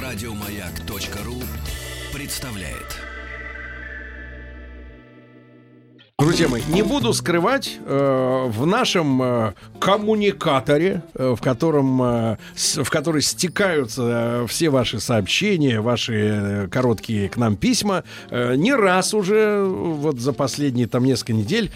Радиомаяк.ру представляет. Друзья мои, не буду скрывать, в нашем коммуникаторе, в который стекаются все ваши сообщения, ваши короткие к нам письма, не раз уже вот за последние там несколько недель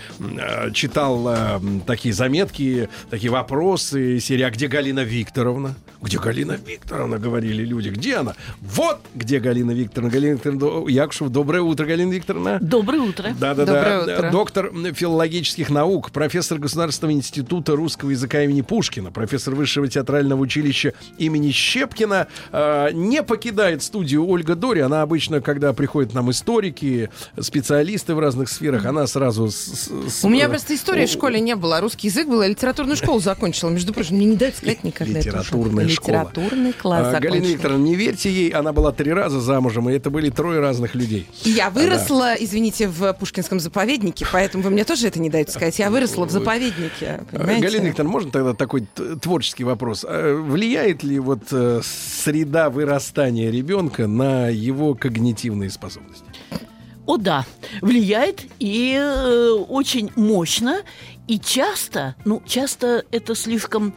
читал такие заметки, такие вопросы серии: а где Галина Викторовна? Где Галина Викторовна, говорили люди. Где она? Вот где Галина Викторовна. Галина Викторовна Якушева. Доброе утро, Галина Викторовна. Доброе утро. Да-да-да. Доктор филологических наук, профессор Государственного института русского языка имени Пушкина, профессор Высшего театрального училища имени Щепкина. Не покидает студию Ольга Дори. Она обычно, когда приходят нам историки, специалисты в разных сферах, она сразу... У меня просто истории в школе не было. Русский язык был, я литературную школу закончила. Между прочим, мне не дают сказать никогда. Литературный класс закончила. Галина Викторовна, не верьте ей, она была 3 раза замужем, и это были 3 разных людей. Я выросла, извините, в Пушкинском заповеднике, поэтому вы мне тоже это не даете сказать. Я выросла в заповеднике, понимаете? Галина Викторовна, можно тогда такой творческий вопрос? Влияет ли вот среда вырастания ребенка на его когнитивные способности? О, да, влияет и очень мощно. И часто это слишком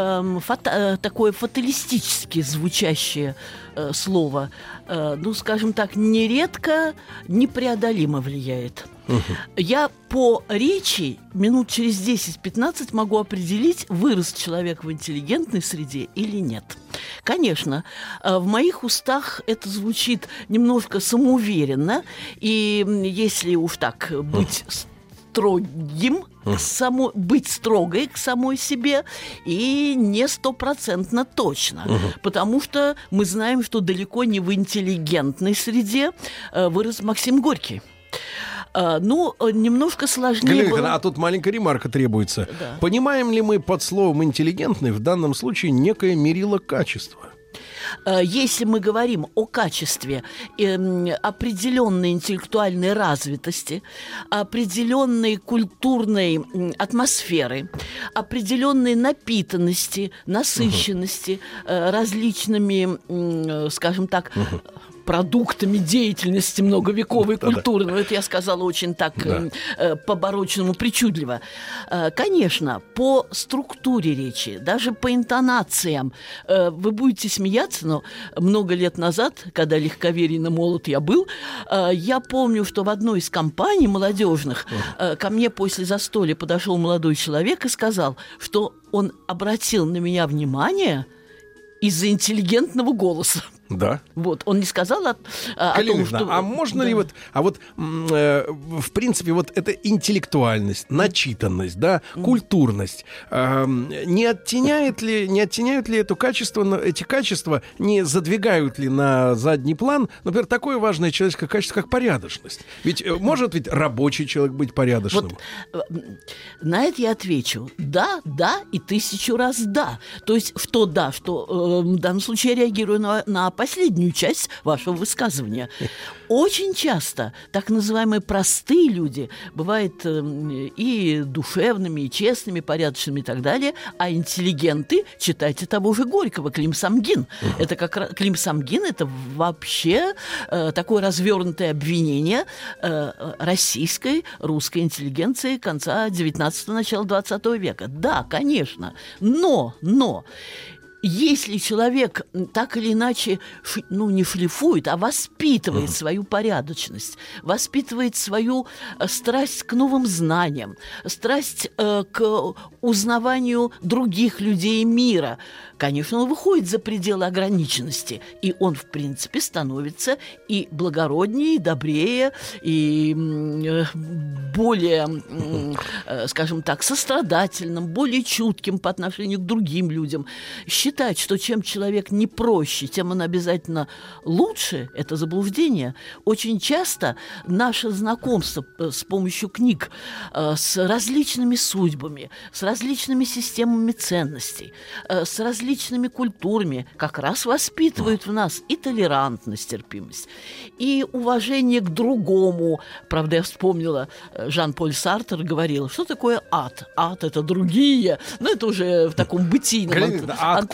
такое фаталистически звучащее слово, скажем так, нередко непреодолимо влияет. Я по речи минут через 10-15 могу определить, вырос человек в интеллигентной среде или нет. Конечно, в моих устах это звучит немножко самоуверенно, и если уж так быть строгим, быть строгой к самой себе, и не 100% точно. Потому что мы знаем, что далеко не в интеллигентной среде вырос Максим Горький. Немножко сложнее Галина, было. А тут маленькая ремарка требуется. Да. Понимаем ли мы под словом «интеллигентный» в данном случае некое мерило качества? Если мы говорим о качестве определенной интеллектуальной развитости, определенной культурной атмосферы, определенной напитанности, насыщенности различными, скажем так, продуктами деятельности многовековой культуры. Но это я сказала очень так по-барочному причудливо. Конечно, по структуре речи, даже по интонациям, вы будете смеяться, но много лет назад, когда легковерен и молод я был, я помню, что в одной из компаний молодежных ко мне после застолья подошел молодой человек и сказал, что он обратил на меня внимание из-за интеллигентного голоса. Да. Вот, он не сказал о том, что... А можно ли в принципе, вот эта интеллектуальность, начитанность, культурность, не оттеняют ли эти качества, не задвигают ли на задний план, например, такое важное человеческое качество, как порядочность? Ведь может рабочий человек быть порядочным? Вот, на это я отвечу: да и 1000 раз да. То есть, что в данном случае я реагирую на последнюю часть вашего высказывания. Очень часто так называемые простые люди бывают и душевными, и честными, порядочными и так далее, а интеллигенты, читайте того же Горького, Клим Самгин. Это как раз Клим Самгин, это вообще такое развернутое обвинение российской, русской интеллигенции конца 19-го, начала 20 века. Да, конечно, но если человек так или иначе не шлифует, а воспитывает свою порядочность, воспитывает свою страсть к новым знаниям, страсть к узнаванию других людей мира, конечно, он выходит за пределы ограниченности, и он, в принципе, становится и благороднее, и добрее, и более, скажем так, сострадательным, более чутким по отношению к другим людям. Считать, что чем человек не проще, тем он обязательно лучше, это заблуждение. Очень часто наше знакомство с помощью книг с различными судьбами, с различными системами ценностей, с различными культурами как раз воспитывают в нас и толерантность, терпимость, и уважение к другому. Правда, я вспомнила, Жан-Поль Сартр говорил, что такое ад? Ад — это другие. Но это уже в таком бытийном. А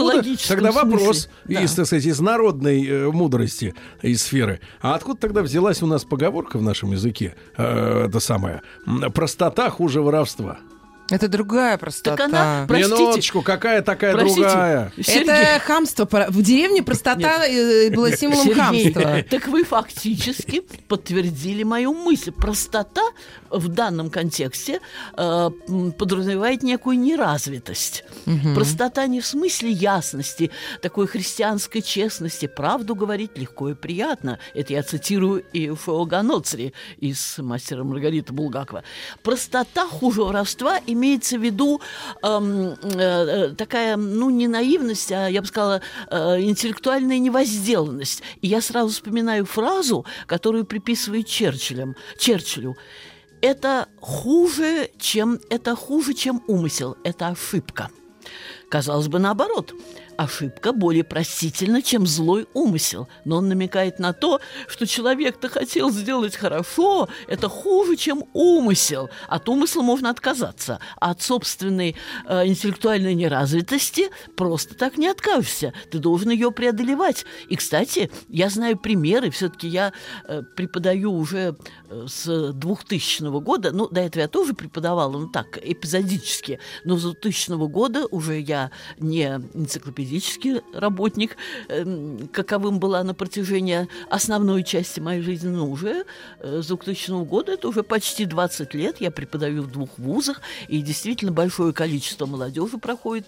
психологическом тогда вопрос смысле. из, так сказать, из народной мудрости, из сферы. А откуда тогда взялась у нас поговорка в нашем языке, это самое, простота хуже воровства? Это другая простота. Так она, простите, Минуточку, какая такая другая? Сергей, Это хамство. В деревне простота была символом Сергей, хамства. так вы фактически подтвердили мою мысль. Простота в данном контексте подразумевает некую неразвитость. Простота не в смысле ясности, такой христианской честности. Правду говорить легко и приятно. Это я цитирую Иофео Ганоцри из «Мастера и Маргариты» Булгакова. Простота хуже воровства имеется в виду такая, не наивность, а, я бы сказала, интеллектуальная невозделанность. И я сразу вспоминаю фразу, которую приписывают Черчиллю. Это хуже, чем умысел. Это ошибка. Казалось бы, наоборот. Ошибка более простительна, чем злой умысел. Но он намекает на то, что человек-то хотел сделать хорошо, это хуже, чем умысел. От умысла можно отказаться, а от собственной интеллектуальной неразвитости просто так не откажешься. Ты должен ее преодолевать. И, кстати, я знаю примеры, все-таки я преподаю уже с 2000 года, до этого я тоже преподавала, так, эпизодически, но с 2000 года уже я не энциклопедический работник, каковым была на протяжении основной части моей жизни, но уже с 2000 года, это уже почти 20 лет, я преподаю в 2 вузах, и действительно большое количество молодежи проходит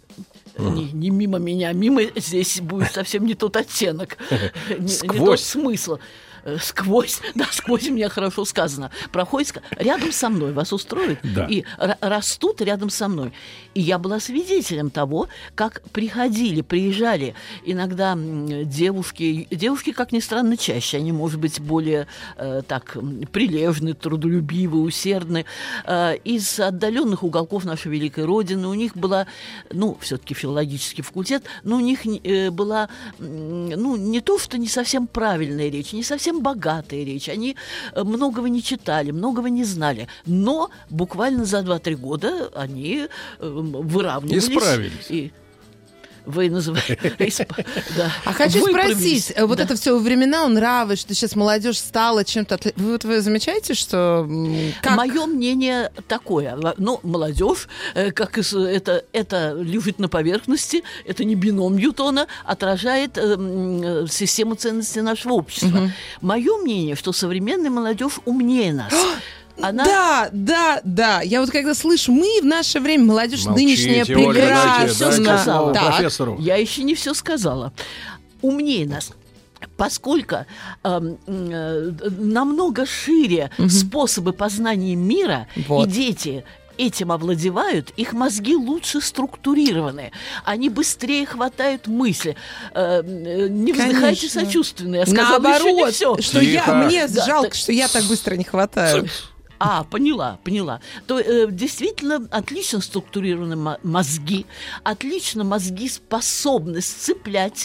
не мимо меня, мимо здесь будет совсем не тот оттенок, не тот смысл. Сквозь меня хорошо сказано. Проходит рядом со мной, вас устроит? Да. И растут рядом со мной. И я была свидетелем того, как приезжали иногда девушки, как ни странно, чаще. Они, может быть, более прилежны, трудолюбивы, усердны. Из отдаленных уголков нашей великой Родины у них была, все-таки филологический факультет, но у них была, не то, что не совсем правильная речь, не совсем богатая речь. Они многого не читали, многого не знали. Но буквально за 2-3 года они выравнивались. Исправились. Вы называете... А хочу спросить, вот это все времена, нравы, что сейчас молодежь стала чем-то... Вы замечаете, что... Мое мнение такое. Молодежь, как это лежит на поверхности, это не бином Ньютона, отражает систему ценностей нашего общества. Мое мнение, что современная молодежь умнее нас. Да. Я вот когда слышу, мы в наше время, молодежь нынешняя прекрасна. Профессору. Я еще не все сказала. Умнее нас. Поскольку намного шире способы познания мира, и дети этим овладевают, их мозги лучше структурированы, они быстрее хватают мысли. Не вздыхайте сочувственно, я сказала, наоборот, еще не все. Мне жалко, что я так быстро не хватаю. Поняла. То действительно отлично структурированы мозги, отлично мозги способны сцеплять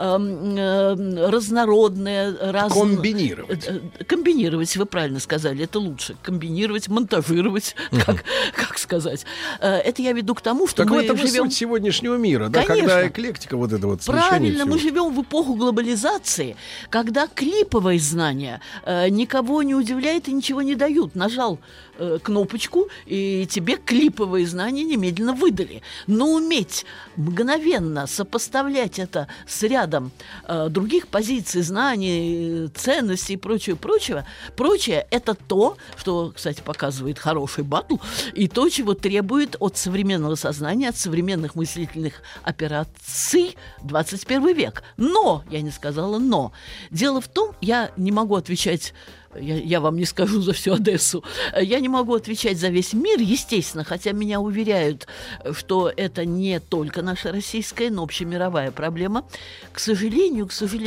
разнородные, комбинировать, вы правильно сказали, это лучше. Комбинировать, монтажировать, как сказать. Это я веду к тому, что мы живем... Так в этом суть сегодняшнего мира, да, когда эклектика вот это вот смешение. Правильно, мы живем в эпоху глобализации, когда клиповые знания никого не удивляют и ничего не дают. Нажал кнопочку, и тебе клиповые знания немедленно выдали. Но уметь мгновенно сопоставлять это с рядом других позиций, знаний, ценностей и прочее, это то, что, кстати, показывает хороший баттл, и то, чего требует от современного сознания, от современных мыслительных операций 21 век. Но, я не сказала «но». Дело в том, я не могу отвечать... Я вам не скажу за всю Одессу. Я не могу отвечать за весь мир, естественно, хотя меня уверяют, что это не только наша российская, но общемировая проблема. К сожалению,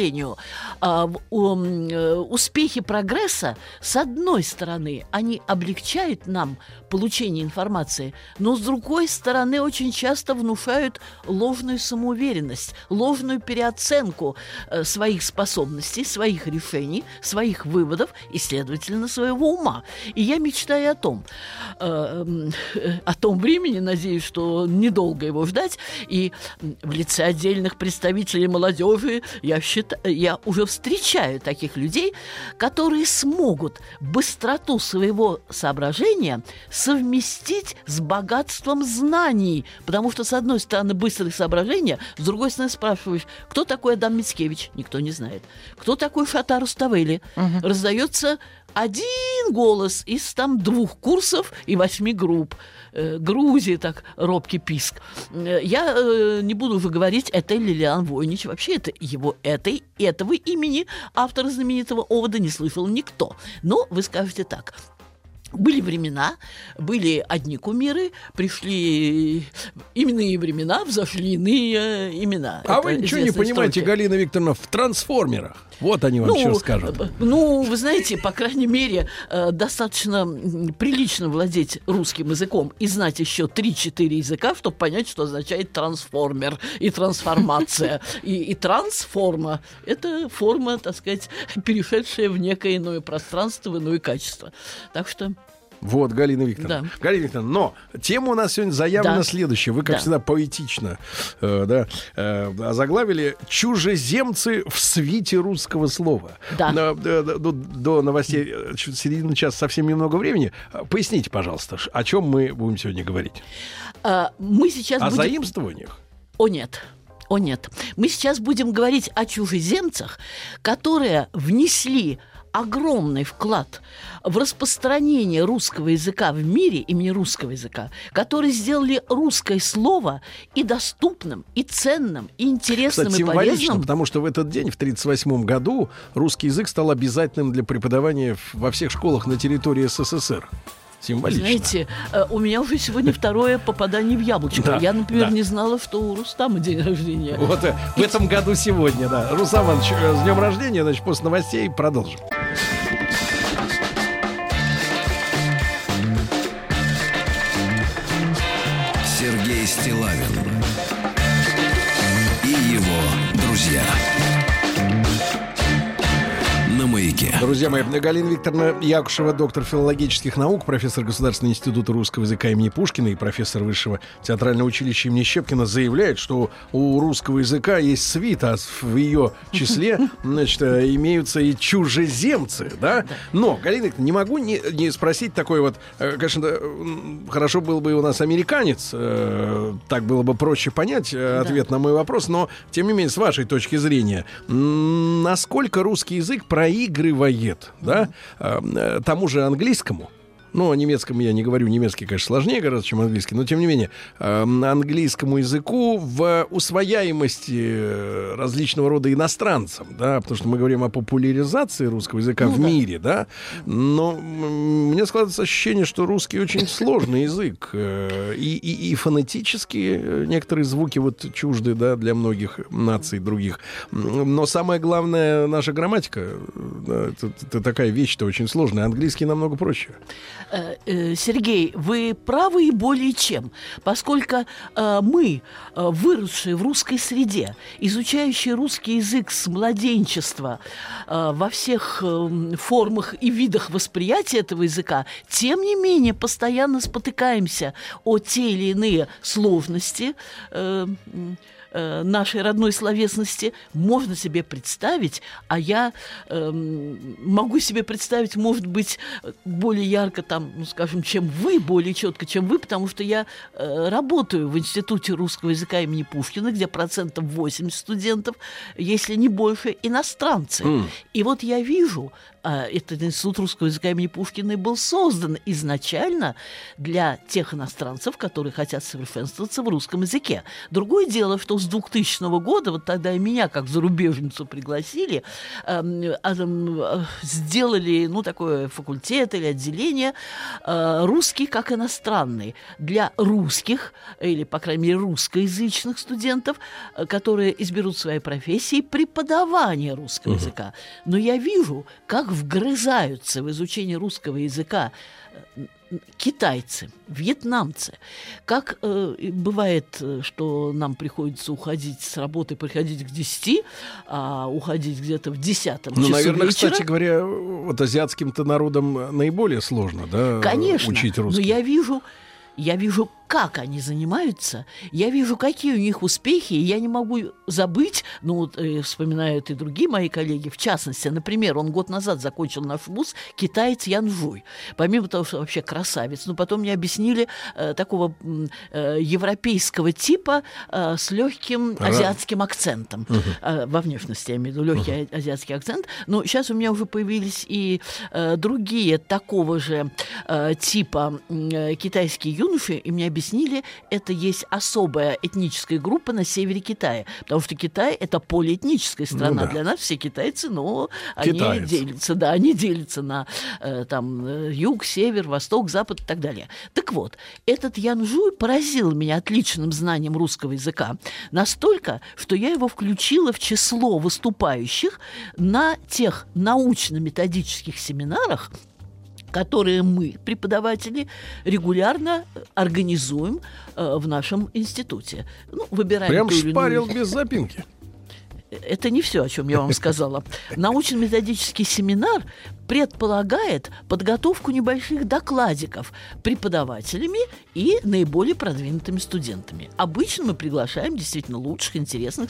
успехи прогресса, с одной стороны, они облегчают нам получение информации, но с другой стороны, очень часто внушают ложную самоуверенность, ложную переоценку своих способностей, своих решений, своих выводов и, следовательно, своего ума. И я мечтаю о том времени, надеюсь, что недолго его ждать, и в лице отдельных представителей молодежи я уже встречаю таких людей, которые смогут быстроту своего соображения совместить с богатством знаний. Потому что, с одной стороны, быстрое соображение, с другой стороны, спрашиваешь, кто такой Адам Мицкевич? Никто не знает. Кто такой Шатар Руставели? Раздается один голос из там 2 курсов и 8 групп. Грузии, так, робкий писк. Я не буду уже говорить, это Лилиан Войнич. Вообще этого имени автора знаменитого овода не слышал никто. Но вы скажете так. Были времена, были одни кумиры, пришли именные времена, взошли иные имена. А вы ничего не понимаете, Галина Викторовна, в трансформерах. Вот они вам что скажут. Вы знаете, по крайней мере, достаточно прилично владеть русским языком и знать еще 3-4 языка, чтобы понять, что означает трансформер и трансформация. И трансформа – это форма, так сказать, перешедшая в некое иное пространство, в иное качество. Так что... Вот, Галина Викторовна. Да. Галина Викторовна, но тема у нас сегодня заявлена следующая. Вы, как всегда, поэтично озаглавили «Чужеземцы в свите русского слова». Да. До новостей середины часа совсем немного времени. Поясните, пожалуйста, о чем мы будем сегодня говорить? Мы сейчас о заимствованиях? О, нет. Мы сейчас будем говорить о чужеземцах, которые внесли огромный вклад в распространение русского языка в мире, имени русского языка, которые сделали русское слово и доступным, и ценным, и интересным, кстати, и полезным. Потому что в этот день, в 1938 году, русский язык стал обязательным для преподавания во всех школах на территории СССР. Символично. Знаете, у меня уже сегодня 2-е попадание в яблочко. Я, например, не знала, что у Рустама день рождения. Вот в этом году сегодня, да. Рустам Иванович, с днем рождения, значит, после новостей продолжим. Сергей Стиллавин и его друзья. Маяке. Друзья мои, Галина Викторовна Якушева, доктор филологических наук, профессор Государственного института русского языка имени Пушкина и профессор Высшего театрального училища имени Щепкина, заявляет, что у русского языка есть свита, в ее числе, значит, имеются и чужеземцы, да? Но, Галина Викторовна, не могу не спросить такой вот, конечно, хорошо было бы у нас американец, так было бы проще понять ответ на мой вопрос, но, тем не менее, с вашей точки зрения, насколько русский язык проигрывает, да, тому же английскому. Ну, о немецком я не говорю. Немецкий, конечно, сложнее гораздо, чем английский. Но, тем не менее, английскому языку в усвояемости различного рода иностранцам, да, потому что мы говорим о популяризации русского языка в мире, да. Но мне складывается ощущение, что русский очень сложный язык. И фонетически некоторые звуки вот чужды, да, для многих наций других. Но самое главное, наша грамматика, да, это такая вещь-то очень сложная. Английский намного проще. Сергей, вы правы и более чем, поскольку мы, выросшие в русской среде, изучающие русский язык с младенчества во всех формах и видах восприятия этого языка, тем не менее постоянно спотыкаемся о те или иные сложности нашей родной словесности, можно себе представить, а я могу себе представить, может быть, более ярко, там, ну, скажем, чем вы, более четко, чем вы, потому что я работаю в Институте русского языка имени Пушкина, где 80% студентов, если не больше, иностранцы. И вот я вижу, этот Институт русского языка имени Пушкина и был создан изначально для тех иностранцев, которые хотят совершенствоваться в русском языке. Другое дело, что с 2000 года, вот тогда и меня, как зарубежницу, пригласили, сделали, ну, такое факультет или отделение русский как иностранный для русских, или, по крайней мере, русскоязычных студентов, которые изберут свои профессии преподавания русского языка. Но я вижу, как вгрызаются в изучение русского языка китайцы, вьетнамцы. Как бывает, что нам приходится уходить с работы, приходить к 10, а уходить где-то в 10 часу наверное, вечера. кстати говоря, вот азиатским-то народам наиболее сложно, да, Конечно, учить русский. но я вижу, как они занимаются, я вижу, какие у них успехи, и я не могу забыть, вспоминают и другие мои коллеги, в частности, например, он год назад закончил наш вуз, китаец Ян Жуй, помимо того, что вообще красавец, но потом мне объяснили такого европейского типа с легким азиатским акцентом, во внешности, я имею в виду, легкий азиатский акцент, но сейчас у меня уже появились и другие такого же типа китайские юноши, и мне объяснили, это есть особая этническая группа на севере Китая, потому что Китай — это полиэтническая страна. Ну, да. Для нас все китайцы, но Китаец. они делятся на юг, север, восток, запад и так далее. Так вот, этот Ян Жуй поразил меня отличным знанием русского языка настолько, что я его включила в число выступающих на тех научно-методических семинарах, которые мы, преподаватели, регулярно организуем в нашем институте. Выбираем Прям ту или иную- шпарил без запинки. Это не все, о чем я вам сказала. Научно-методический семинар предполагает подготовку небольших докладиков преподавателями и наиболее продвинутыми студентами. Обычно мы приглашаем действительно лучших, интересных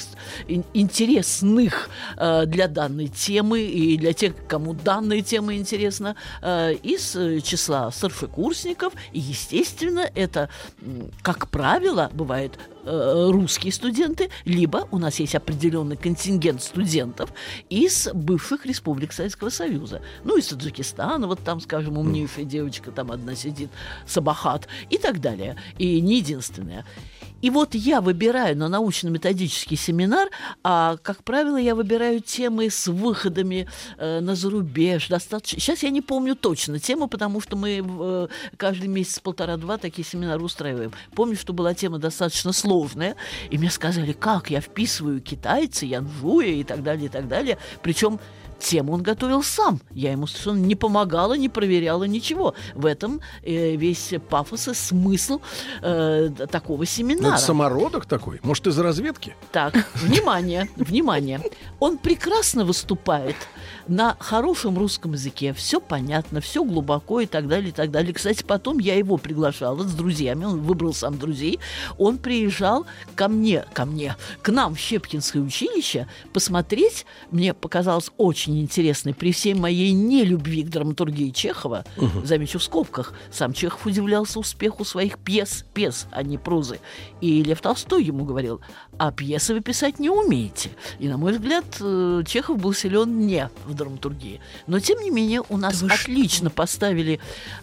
для данной темы и для тех, кому данная тема интересна, из числа старшекурсников. И, естественно, это, как правило, бывает русские студенты, либо у нас есть определенный контингент студентов из бывших республик Советского Союза. Из Таджикистана, вот там, скажем, умнейшая девочка, там одна сидит, Сабахат, и так далее. И не единственная. И вот я выбираю на научно-методический семинар, а, как правило, я выбираю темы с выходами на зарубеж. Сейчас я не помню точно тему, потому что мы каждый месяц, полтора-два такие семинары устраиваем. Помню, что была тема достаточно сложная, и мне сказали, как я вписываю китайца, Ян Жуя и так далее, и так далее. Причем тему он готовил сам. Я ему совершенно не помогала, не проверяла ничего. В этом весь пафос и смысл такого семинара. Это самородок такой? Может, из разведки? Так, внимание. Он прекрасно выступает на хорошем русском языке. Все понятно, все глубоко и так далее, и так далее. Кстати, потом я его приглашала с друзьями. Он выбрал сам друзей. Он приезжал к нам в Щепкинское училище посмотреть. Мне показалось очень интересной при всей моей нелюбви к драматургии Чехова, замечу в скобках, сам Чехов удивлялся успеху своих пьес, а не прозы. И Лев Толстой ему говорил, а пьесы вы писать не умеете. И, на мой взгляд, Чехов был силен не в драматургии. Но, тем не менее, у нас отлично поставили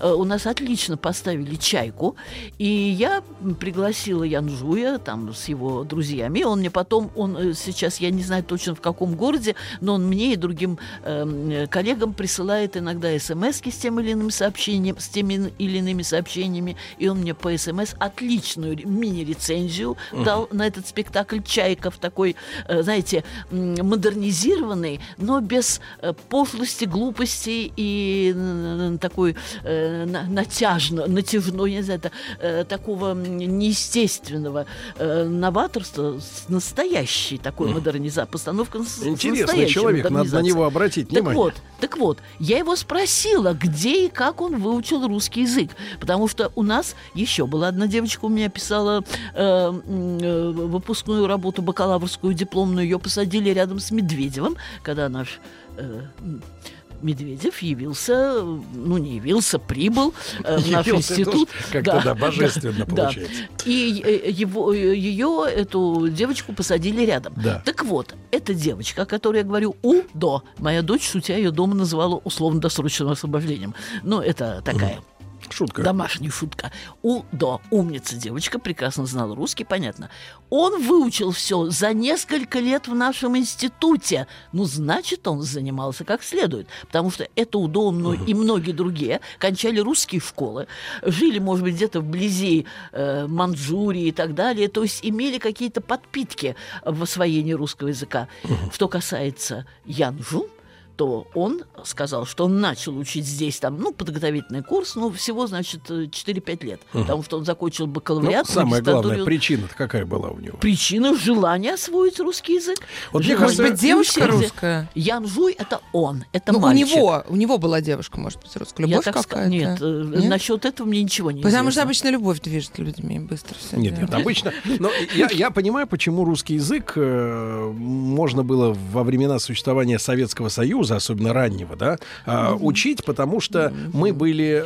«Чайку», и я пригласила Ян Жуя там с его друзьями. Он мне потом, сейчас, я не знаю точно в каком городе, но он мне и другим коллегам присылает иногда смс-ки с теми или иными сообщениями, и он мне по смс отличную мини-рецензию дал на этот спектакль «Чайка», в такой, знаете, модернизированный, но без пошлости, глупости и такой натяжной, не знаю, такого неестественного новаторства с настоящей такой модернизацией. Постановка Интересный человек, надо на него обратить внимание. Так вот, я его спросила, где и как он выучил русский язык. Потому что у нас еще была одна девочка, у меня писала выпускную работу, бакалаврскую, дипломную. Ее посадили рядом с Медведевым, когда наш Медведев прибыл в наш институт. Как-то божественно получается. И эту девочку посадили рядом. Да. Так вот, эта девочка, о которой я говорю, УДО, моя дочь, шутя, ее дома называла условно-досрочным освобождением. Это такая... Шутка. Домашняя шутка. Умница девочка, прекрасно знала русский, понятно. Он выучил все за несколько лет в нашем институте. Значит, он занимался как следует. Потому что это УДО и многие другие кончали русские школы, жили, может быть, где-то вблизи Манчжурии и так далее. То есть имели какие-то подпитки в освоении русского языка. Что касается Ян Жу, что он сказал, что он начал учить здесь там, подготовительный курс, всего, значит, 4-5 лет. Потому что он закончил бакалавриат. Самая главная причина-то какая была у него? Причина — желание освоить русский язык. Вот может быть, девушка русская? Ян Жуй — это он, это мальчик. У него была девушка, может быть, русская. Любовь какая-то? Нет, насчет этого мне ничего не известно. Потому что обычно любовь движет людьми быстро. Нет, обычно. Но я понимаю, почему русский язык можно было во времена существования Советского Союза, особенно раннего, да, учить, потому что мы были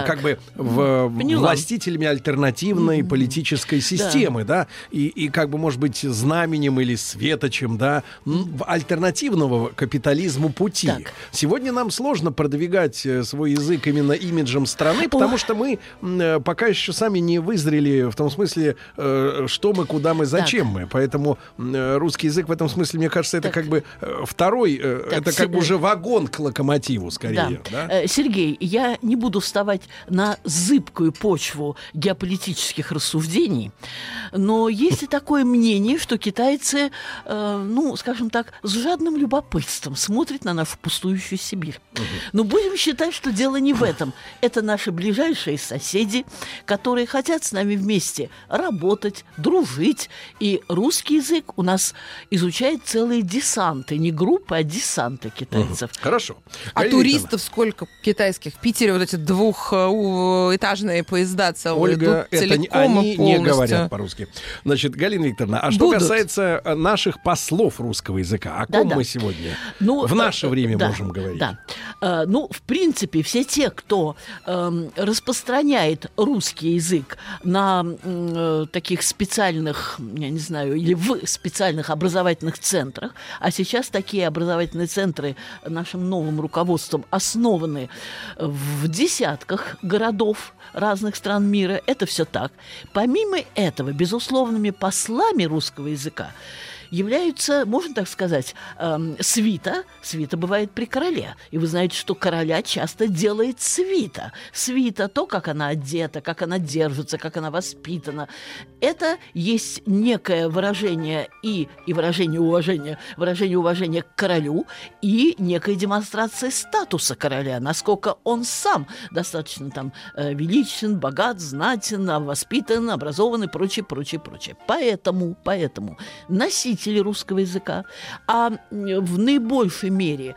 властителями альтернативной политической системы, да, и как бы, может быть, знаменем или светочем, да, альтернативного капитализму пути. Так. Сегодня нам сложно продвигать свой язык именно имиджем страны, потому что мы пока еще сами не вызрели в том смысле, что мы, куда мы, зачем мы. Поэтому русский язык в этом смысле, мне кажется, это как бы второй, это как бы уже вагон к локомотиву, скорее. Да. Сергей, я не буду вставать на зыбкую почву геополитических рассуждений, но есть и такое мнение, что китайцы, скажем так, с жадным любопытством смотрят на нашу пустующую Сибирь. Но будем считать, что дело не в этом. Это наши ближайшие соседи, которые хотят с нами вместе работать, дружить. И русский язык у нас изучает целые десанты, не группы, а десанты китайцев. Хорошо. А туристов сколько китайских? В Питере вот эти двухэтажные поезда целые. Ольга, они не говорят по-русски. Значит, Галина Викторовна, а что касается наших послов русского языка, о ком мы сегодня в наше время можем говорить? Да. В принципе, все те, кто распространяет русский язык на таких специальных, я не знаю, или в специальных образовательных центрах, а сейчас такие образовательные центры нашим новым руководством основаны в десятках городов разных стран мира, это все так. Помимо этого, безусловными послами русского языка являются, можно так сказать, свита. Свита бывает при короле. И вы знаете, что короля часто делает свита. Свита — то, как она одета, как она держится, как она воспитана. Это есть некое выражение и выражение уважения к королю, и некая демонстрация статуса короля, насколько он сам достаточно величен, богат, знатен, воспитан, образован и прочее. Поэтому носитель русского языка, а в наибольшей мере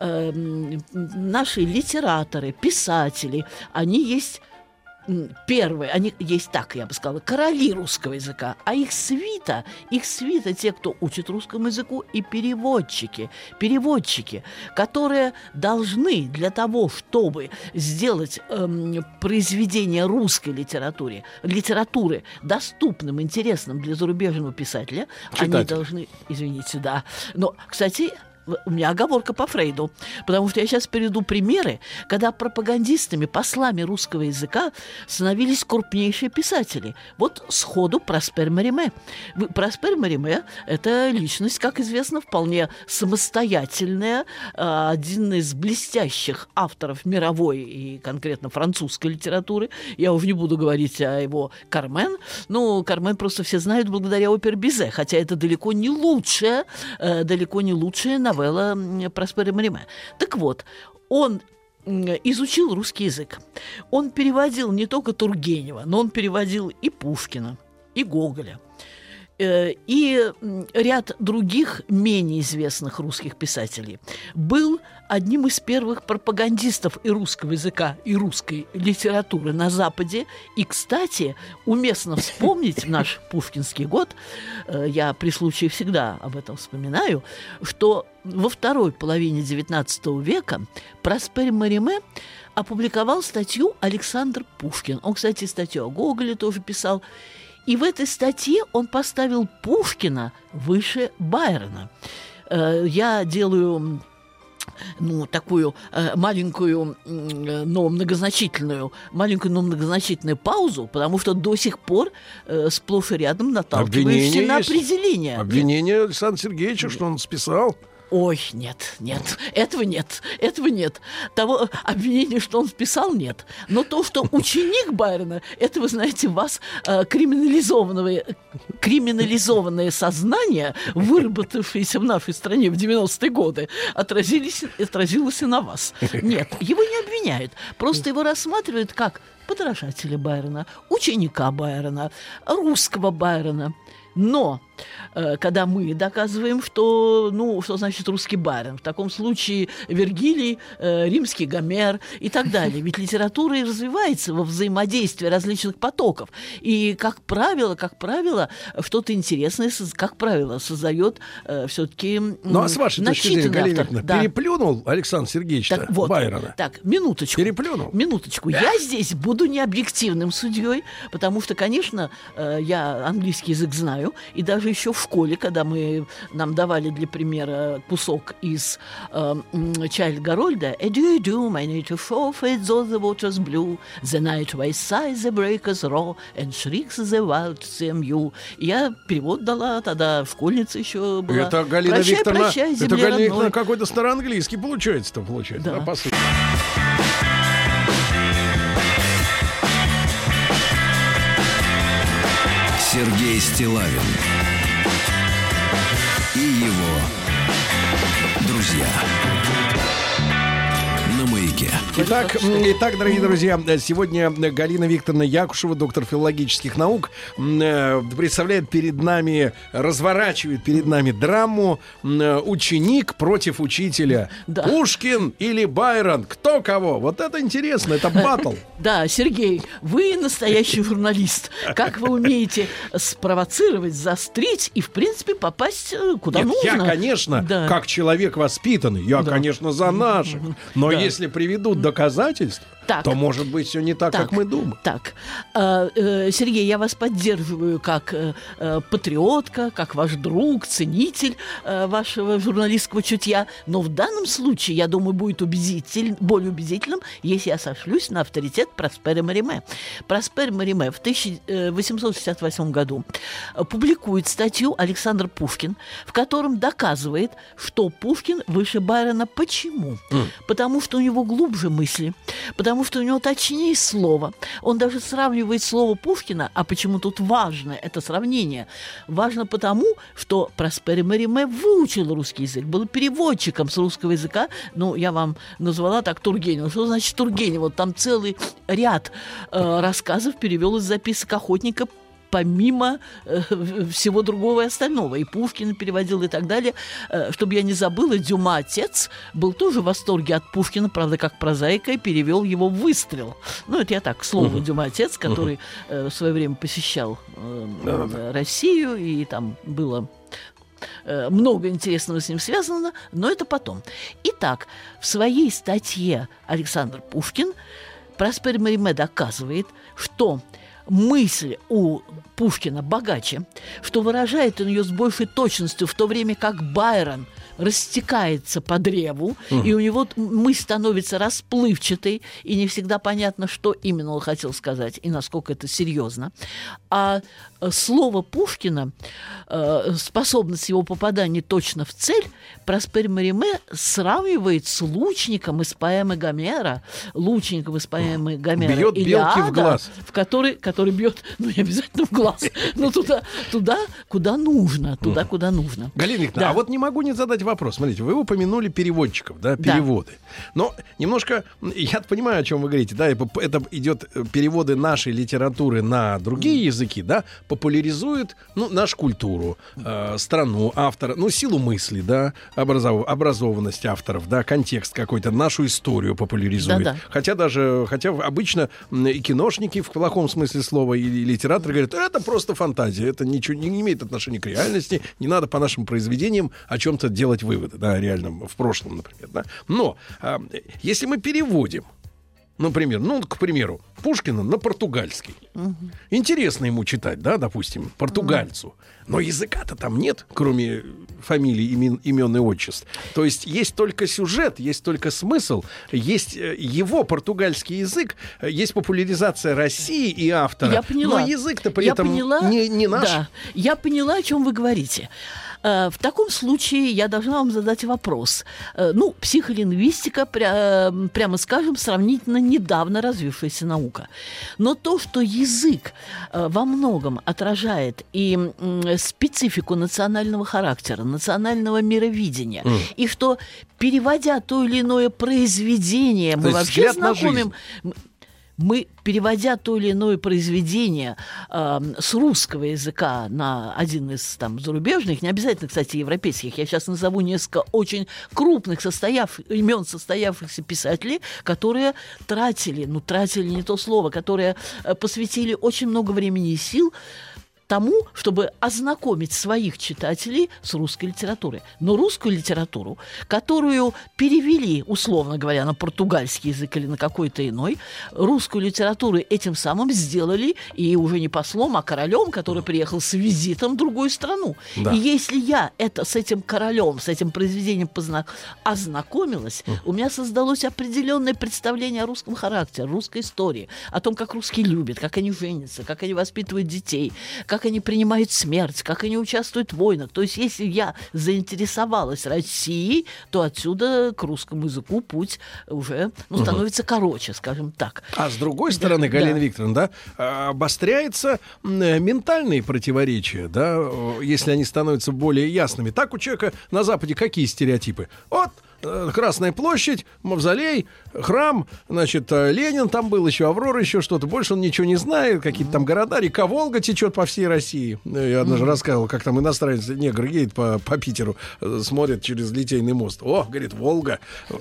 наши литераторы, писатели, они есть первые, они есть, так я бы сказала, короли русского языка, а их свита те, кто учит русскому языку, и переводчики, которые должны для того, чтобы сделать произведение русской литературы доступным, интересным для зарубежного писателя, они должны, извините, да, но, кстати, у меня оговорка по Фрейду, потому что я сейчас приведу примеры, когда пропагандистами, послами русского языка становились крупнейшие писатели. Вот сходу Проспер Мериме. Проспер Мериме – это личность, как известно, вполне самостоятельная, один из блестящих авторов мировой и конкретно французской литературы. Я уже не буду говорить о его «Кармен». «Кармен» просто все знают благодаря опере Бизе, хотя это далеко не лучшая новелла Проспера Мериме. Так вот, он изучил русский язык. Он переводил не только Тургенева, но он переводил и Пушкина, и Гоголя, и ряд других менее известных русских писателей. Был одним из первых пропагандистов и русского языка, и русской литературы на Западе. И, кстати, уместно вспомнить в наш пушкинский год, я при случае всегда об этом вспоминаю, что во второй половине XIX века Проспер Мериме опубликовал статью «Александр Пушкин». Он, кстати, статью о Гоголе тоже писал. И в этой статье он поставил Пушкина выше Байрона. Я делаю такую маленькую, но многозначительную паузу, потому что до сих пор сплошь и рядом наталкиваешься на определение. Обвинение Александра Сергеевича, что он списал. Ой, нет, этого нет. Того обвинения, что он вписал, нет. Но то, что ученик Байрона, это, вы знаете, вас криминализованное сознание, выработавшееся в нашей стране в 90-е годы, отразилось и на вас. Нет, его не обвиняют. Просто его рассматривают как подражателя Байрона, ученика Байрона, русского Байрона. Но когда мы доказываем, что значит русский Байрон, в таком случае Вергилий, римский Гомер и так далее. Ведь литература и развивается во взаимодействии различных потоков. И, как правило, что-то интересное, как правило, создает все-таки Ну, а с вашей точки зрения, Галина Викторовна, переплюнул Александр Сергеевич Байрона? Так, минуточку. Переплюнул? Минуточку. Я здесь буду не объективным судьей, потому что, конечно, я английский язык знаю, и даже еще в школе, когда нам давали для примера кусок из Чайльда Гарольда «Adieu, my native shore fades all the waters blue, the night waves sigh, the breakers roar, and shrieks the wild CMU». Я перевод дала, тогда школьница еще была. Это, Галина Викторовна, прощай, земле родной. Какой-то староанглийский получается. Да. Сергей Стиллавин и его друзья на Маяке. Итак, дорогие друзья, сегодня Галина Викторовна Якушева, доктор филологических наук, разворачивает перед нами драму «Ученик против учителя». Да. Пушкин или Байрон? Кто кого? Вот это интересно, это баттл. Да, Сергей, вы настоящий журналист. Как вы умеете спровоцировать, заострить и, в принципе, попасть куда нужно? Я, конечно, как человек воспитанный, конечно, за наших. Но если приведут доказательства, то, может быть, все не так, как мы думаем. Так, Сергей, я вас поддерживаю как патриотка, как ваш друг, ценитель вашего журналистского чутья. Но в данном случае, я думаю, будет более убедительным, если я сошлюсь на авторитет Проспера Мериме. Проспер Мериме в 1868 году публикует статью «Александр Пушкин», в котором доказывает, что Пушкин выше Байрона. Почему? Потому что у него глубже мысли, потому что у него точнее слово. Он даже сравнивает слово Пушкина, а почему тут важно это сравнение? Важно потому, что Проспер Мериме выучил русский язык, был переводчиком с русского языка. Я вам назвала так Тургенева. Что значит Тургенева? Вот там целый ряд рассказов перевел из записок охотника, помимо всего другого и остального. И Пушкина переводил и так далее. Чтобы я не забыла, Дюма, отец, был тоже в восторге от Пушкина, правда, как прозаика, и перевел его в «Выстрел». Это я так, к слову, Дюма, отец, который в свое время посещал Россию, и там было много интересного с ним связано, но это потом. Итак, в своей статье Александр Пушкин Проспер Мериме доказывает, что мысль у Пушкина богаче, что выражает он ее с большей точностью, в то время как Байрон растекается по древу, и у него мысль становится расплывчатой, и не всегда понятно, что именно он хотел сказать, и насколько это серьезно. А слово Пушкина, способность его попадания точно в цель, Проспер Мериме сравнивает с лучником из поэмы Гомера, бьет белки «Илиада», в глаз. который бьет, не обязательно в глаз, но туда, куда нужно. Галина Викторовна, а вот не могу не задать вопрос. Смотрите, вы упомянули переводчиков, переводы. Но немножко, я понимаю, о чем вы говорите, это идет переводы нашей литературы на другие языки, популяризует, нашу культуру, страну, автора, силу мысли, образованность авторов, контекст какой-то, нашу историю популяризует. Хотя обычно и киношники в плохом смысле слова, и литераторы говорят, это просто фантазия, это ничего не имеет отношения к реальности, не надо по нашим произведениям о чем-то делать выводы, реальном, в прошлом, например. Но если мы переводим, например, к примеру, Пушкина на португальский. Интересно ему читать, допустим, португальцу. Но языка-то там нет, кроме фамилий, имен и отчеств. То есть есть только сюжет, есть только смысл, есть его португальский язык, есть популяризация России и автора. Я поняла. Но язык-то при этом не наш. Да, я поняла, о чем вы говорите. В таком случае я должна вам задать вопрос. Психолингвистика, прямо скажем, сравнительно недавно развившаяся наука. Но то, что язык во многом отражает и специфику национального характера, национального мировидения, и что, переводя то или иное произведение, мы вообще знакомим... Мы, переводя то или иное произведение с русского языка на один из зарубежных, не обязательно, кстати, европейских, я сейчас назову несколько очень крупных имен состоявшихся писателей, которые тратили не то слово, которые посвятили очень много времени и сил тому, чтобы ознакомить своих читателей с русской литературой. Но русскую литературу, которую перевели, условно говоря, на португальский язык или на какой-то иной, русскую литературу этим самым сделали и уже не послом, а королем, который приехал с визитом в другую страну. Да. И если я с этим королем, с этим произведением ознакомилась, у меня создалось определенное представление о русском характере, русской истории, о том, как русские любят, как они женятся, как они воспитывают детей, как они принимают смерть, как они участвуют в войнах. То есть, если я заинтересовалась Россией, то отсюда к русскому языку путь уже становится короче, скажем так. А с другой стороны, Галина Викторовна, обостряются ментальные противоречия, если они становятся более ясными. Так у человека на Западе какие стереотипы? Красная площадь, мавзолей, храм, Ленин там был, еще Аврора, еще что-то. Больше он ничего не знает, какие-то там города. Река Волга течет по всей России. Я однажды рассказывал, как там иностранец, негр едет по Питеру, смотрит через Литейный мост. Говорит, Волга.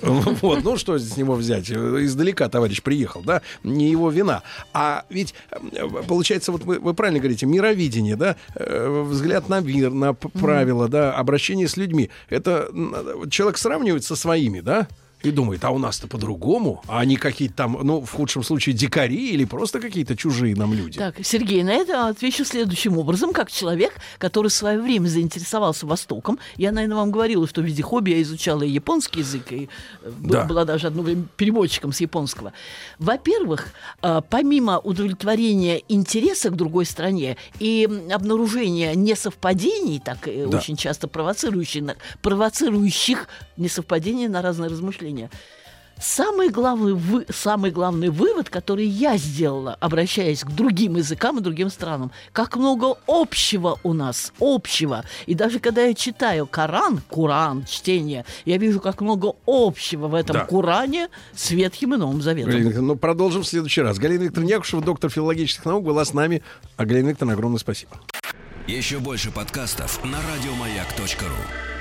Что с него взять? Издалека товарищ приехал, не его вина. А ведь, получается, вы правильно говорите, мировидение, взгляд на мир, на правила, обращение с людьми. Это человек сравнивается со своими, и думает, а у нас-то по-другому, а они какие-то там, в худшем случае, дикари или просто какие-то чужие нам люди. Так, Сергей, на это отвечу следующим образом. Как человек, который в свое время заинтересовался Востоком, я, наверное, вам говорила, что в виде хобби я изучала и японский язык, и была даже одно время переводчиком с японского. Во-первых, помимо удовлетворения интереса к другой стране и обнаружения несовпадений, очень часто провоцирующих несовпадения на разные размышления, самый главный вывод, который я сделала, обращаясь к другим языкам и другим странам, как много общего у нас, И даже когда я читаю Коран, чтение, я вижу, как много общего в этом Коране с Ветхим и Новым Заветом. Продолжим в следующий раз. Галина Викторовна Якушева, доктор филологических наук, была с нами. А Галина Викторовна, огромное спасибо. Еще больше подкастов на радиомаяк.ру.